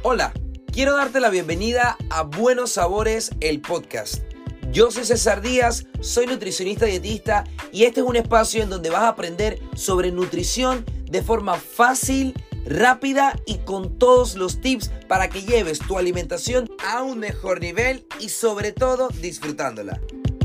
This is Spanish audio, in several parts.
Hola, quiero darte la bienvenida a Buenos Sabores, el podcast. Yo soy César Díaz, soy nutricionista dietista y este es un espacio en donde vas a aprender sobre nutrición de forma fácil, rápida y con todos los tips para que lleves tu alimentación a un mejor nivel y sobre todo disfrutándola.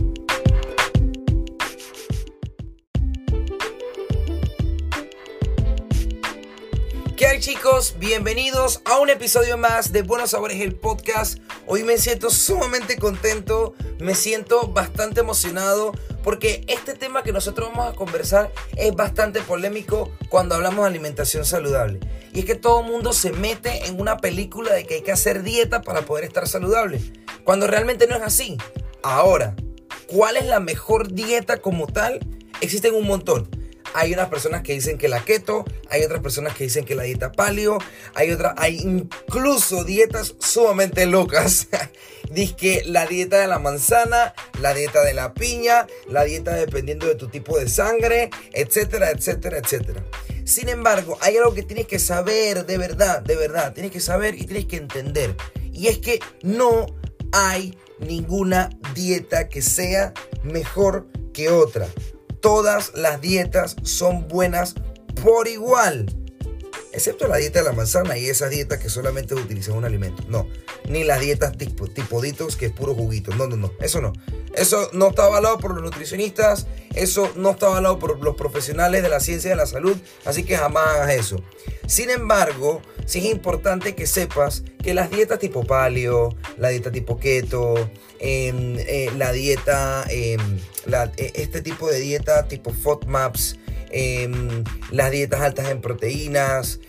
¿Qué hay, chicos? Bienvenidos a un episodio más de Buenos Sabores, el podcast. Hoy me siento sumamente contento, me siento bastante emocionado porque este tema que nosotros vamos a conversar es bastante polémico cuando hablamos de alimentación saludable. Y es que todo el mundo se mete en una película de que hay que hacer dieta para poder estar saludable, cuando realmente no es así. Ahora, ¿cuál es la mejor dieta como tal? Existen un montón. Hay unas personas que dicen que la keto, hay otras personas que dicen que la dieta paleo, hay incluso dietas sumamente locas. Dice que la dieta de la manzana, la dieta de la piña, la dieta dependiendo de tu tipo de sangre, etcétera, etcétera, etcétera. Sin embargo, hay algo que tienes que saber de verdad, tienes que saber y tienes que entender. Y es que no hay ninguna dieta que sea mejor que otra. Todas las dietas son buenas por igual, excepto la dieta de la manzana y esas dietas que solamente utilizan un alimento. No, ni las dietas tipo detox, que es puro juguito. No, eso no. Eso no está avalado por los nutricionistas, eso no está avalado por los profesionales de la ciencia de la salud, así que jamás hagas eso. Sin embargo, sí es importante que sepas que las dietas tipo paleo, la dieta tipo keto, la dieta, este tipo de dieta tipo FODMAPs, las dietas altas en proteínas,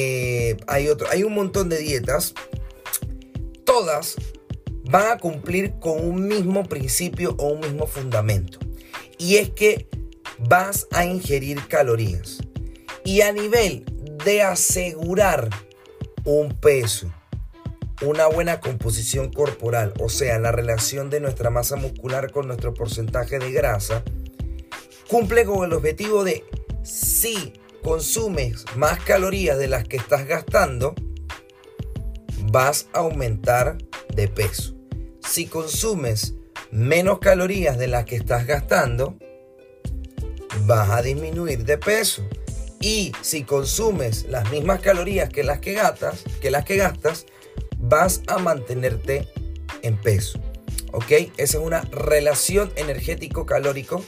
hay un montón de dietas. Todas van a cumplir con un mismo principio o un mismo fundamento, y es que vas a ingerir calorías. Y a nivel de asegurar un peso, una buena composición corporal, o sea, la relación de nuestra masa muscular con nuestro porcentaje de grasa, cumple con el objetivo de, si consumes más calorías de las que estás gastando, vas a aumentar de peso. Si consumes menos calorías de las que estás gastando, vas a disminuir de peso. Y si consumes las mismas calorías que las que gastas, vas a mantenerte en peso. ¿Ok? Esa es una relación energético-calórica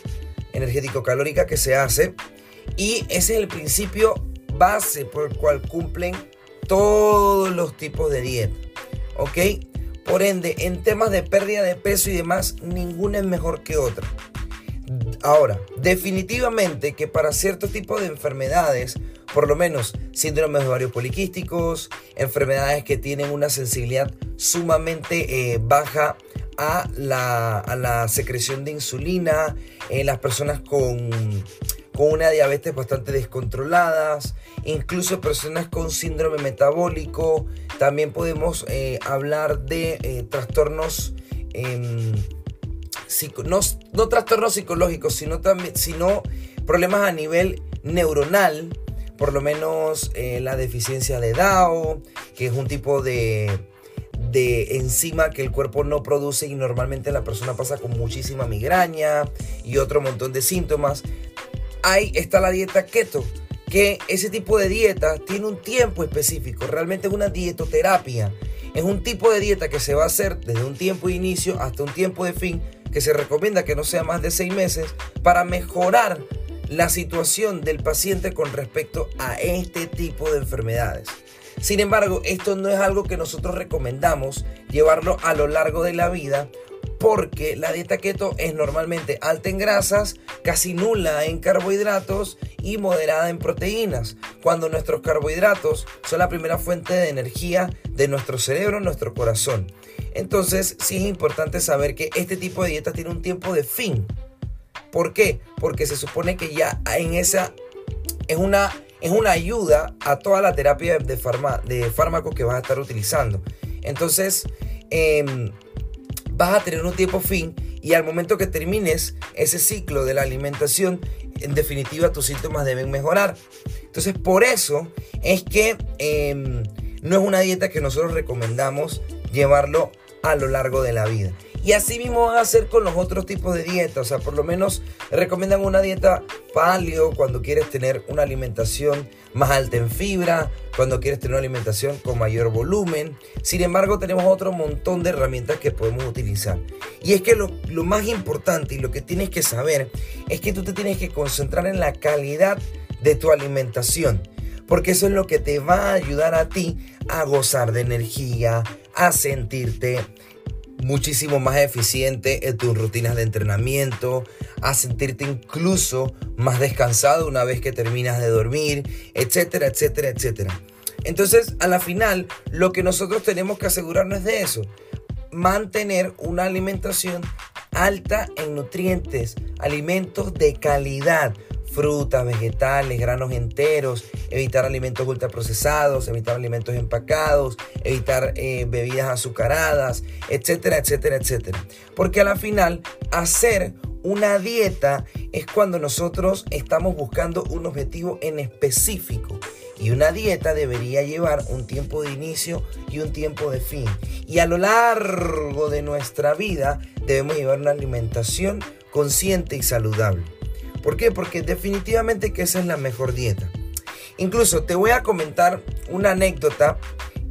que se hace. Y ese es el principio base por el cual cumplen todos los tipos de dieta. ¿Ok? Por ende, en temas de pérdida de peso y demás, ninguna es mejor que otra. Ahora, definitivamente que para ciertos tipos de enfermedades, por lo menos síndromes de ovarios poliquísticos, enfermedades que tienen una sensibilidad sumamente baja a la secreción de insulina, las personas con una diabetes bastante descontroladas, incluso personas con síndrome metabólico, también podemos hablar de trastornos, no trastornos psicológicos, sino problemas a nivel neuronal, por lo menos la deficiencia de DAO, que es un tipo de enzima que el cuerpo no produce y normalmente la persona pasa con muchísima migraña y otro montón de síntomas. Ahí está la dieta keto, que ese tipo de dieta tiene un tiempo específico, realmente es una dietoterapia. Es un tipo de dieta que se va a hacer desde un tiempo de inicio hasta un tiempo de fin, que se recomienda que no sea más de 6 meses, para mejorar la situación del paciente con respecto a este tipo de enfermedades. Sin embargo, esto no es algo que nosotros recomendamos llevarlo a lo largo de la vida, porque la dieta keto es normalmente alta en grasas, casi nula en carbohidratos y moderada en proteínas, cuando nuestros carbohidratos son la primera fuente de energía de nuestro cerebro, nuestro corazón. Entonces, sí es importante saber que este tipo de dieta tiene un tiempo de fin. ¿Por qué? Porque se supone que ya en esa es una ayuda a toda la terapia de fármaco que vas a estar utilizando. Entonces, vas a tener un tiempo fin, y al momento que termines ese ciclo de la alimentación, en definitiva tus síntomas deben mejorar. Entonces, por eso es que no es una dieta que nosotros recomendamos llevarlo a lo largo de la vida. Y así mismo van a hacer con los otros tipos de dietas. O sea, por lo menos recomiendan una dieta paleo cuando quieres tener una alimentación más alta en fibra, cuando quieres tener una alimentación con mayor volumen. Sin embargo, tenemos otro montón de herramientas que podemos utilizar. Y es que lo más importante y lo que tienes que saber es que tú te tienes que concentrar en la calidad de tu alimentación. Porque eso es lo que te va a ayudar a ti a gozar de energía, a sentirte muchísimo más eficiente en tus rutinas de entrenamiento, a sentirte incluso más descansado una vez que terminas de dormir, etcétera, etcétera, etcétera. Entonces, a la final, lo que nosotros tenemos que asegurarnos es de eso: mantener una alimentación alta en nutrientes, alimentos de calidad, frutas, vegetales, granos enteros, evitar alimentos ultraprocesados, evitar alimentos empacados, evitar bebidas azucaradas, etcétera, etcétera, etcétera. Porque a la final, hacer una dieta es cuando nosotros estamos buscando un objetivo en específico. Y una dieta debería llevar un tiempo de inicio y un tiempo de fin. Y a lo largo de nuestra vida debemos llevar una alimentación consciente y saludable. ¿Por qué? Porque definitivamente que esa es la mejor dieta. Incluso te voy a comentar una anécdota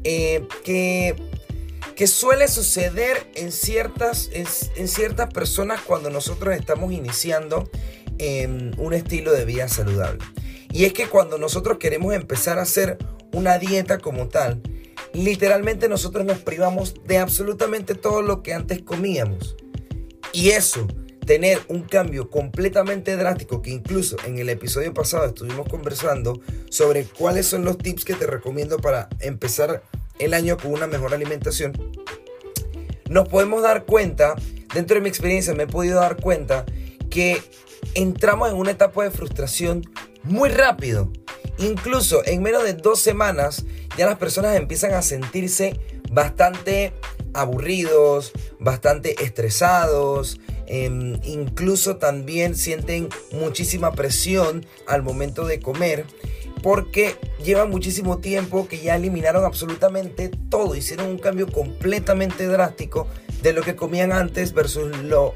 que suele suceder en ciertas personas cuando nosotros estamos iniciando un estilo de vida saludable. Y es que cuando nosotros queremos empezar a hacer una dieta como tal, literalmente nosotros nos privamos de absolutamente todo lo que antes comíamos. Y eso, tener un cambio completamente drástico, que incluso en el episodio pasado estuvimos conversando sobre cuáles son los tips que te recomiendo para empezar el año con una mejor alimentación, nos podemos dar cuenta, dentro de mi experiencia me he podido dar cuenta que entramos en una etapa de frustración muy rápido. Incluso en menos de 2 semanas ya las personas empiezan a sentirse bastante aburridos, bastante estresados, incluso también sienten muchísima presión al momento de comer, porque llevan muchísimo tiempo que ya eliminaron absolutamente todo, hicieron un cambio completamente drástico de lo que comían antes versus lo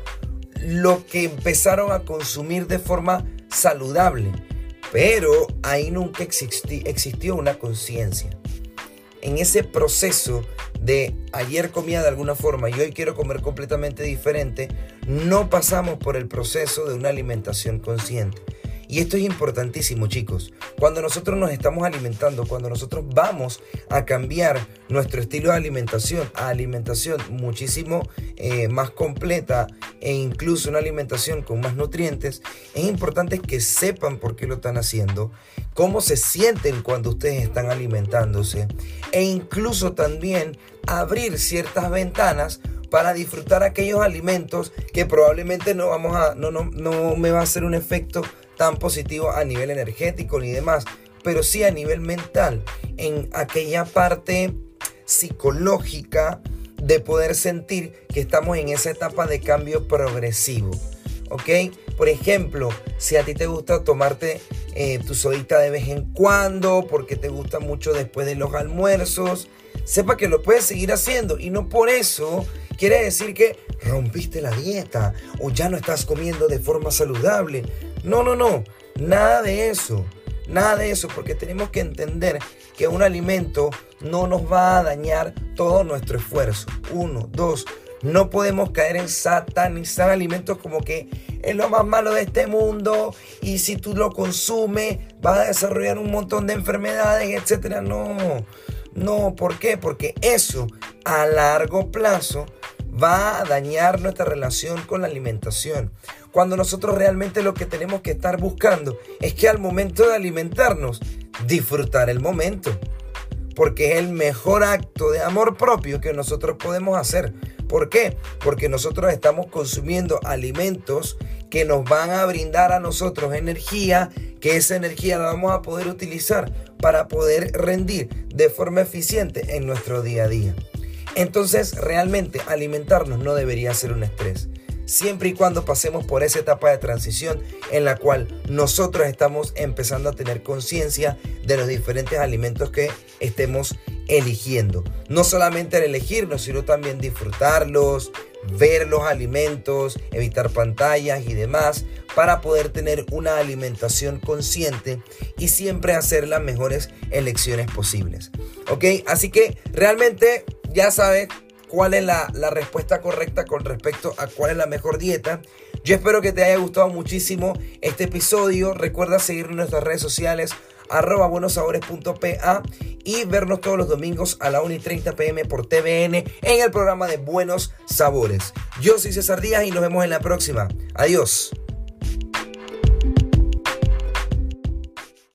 que empezaron a consumir de forma saludable. Pero ahí nunca existió una conciencia. En ese proceso de ayer comía de alguna forma y hoy quiero comer completamente diferente, no pasamos por el proceso de una alimentación consciente. Y esto es importantísimo, chicos. Cuando nosotros nos estamos alimentando, cuando nosotros vamos a cambiar nuestro estilo de alimentación a alimentación muchísimo más completa e incluso una alimentación con más nutrientes, es importante que sepan por qué lo están haciendo, cómo se sienten cuando ustedes están alimentándose e incluso también abrir ciertas ventanas para disfrutar aquellos alimentos que probablemente no me va a hacer un efecto tan positivo a nivel energético ni demás, pero sí a nivel mental, en aquella parte psicológica de poder sentir que estamos en esa etapa de cambio progresivo, ¿ok? Por ejemplo, si a ti te gusta tomarte tu sodita de vez en cuando, porque te gusta mucho después de los almuerzos, sepa que lo puedes seguir haciendo y no por eso quiere decir que rompiste la dieta o ya no estás comiendo de forma saludable. No, nada de eso, porque tenemos que entender que un alimento no nos va a dañar todo nuestro esfuerzo. 1, 2, no podemos caer en satanizar alimentos como que es lo más malo de este mundo y si tú lo consumes vas a desarrollar un montón de enfermedades, etcétera. No, ¿por qué? Porque eso a largo plazo va a dañar nuestra relación con la alimentación. Cuando nosotros realmente lo que tenemos que estar buscando es que al momento de alimentarnos, disfrutar el momento. Porque es el mejor acto de amor propio que nosotros podemos hacer. ¿Por qué? Porque nosotros estamos consumiendo alimentos que nos van a brindar a nosotros energía, que esa energía la vamos a poder utilizar para poder rendir de forma eficiente en nuestro día a día. Entonces, realmente alimentarnos no debería ser un estrés, siempre y cuando pasemos por esa etapa de transición en la cual nosotros estamos empezando a tener conciencia de los diferentes alimentos que estemos eligiendo. No solamente al elegirlos, sino también disfrutarlos, ver los alimentos, evitar pantallas y demás, para poder tener una alimentación consciente y siempre hacer las mejores elecciones posibles. ¿Ok? Así que realmente ya sabes cuál es la respuesta correcta con respecto a cuál es la mejor dieta. Yo espero que te haya gustado muchísimo este episodio. Recuerda seguirnos en nuestras redes sociales @buenosabores.pa y vernos todos los domingos a la 1:30 p.m. por TVN en el programa de Buenos Sabores. Yo soy César Díaz y nos vemos en la próxima. Adiós.